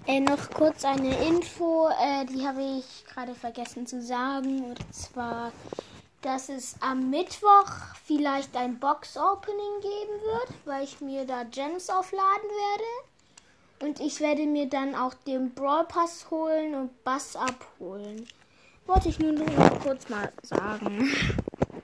Noch kurz eine Info, die habe ich gerade vergessen zu sagen. Und zwar, dass es am Mittwoch vielleicht ein Box-Opening geben wird, weil ich mir da Gems aufladen werde. Und ich werde mir dann auch den Brawl Pass holen und Bass abholen. Wollte ich nur noch kurz mal sagen.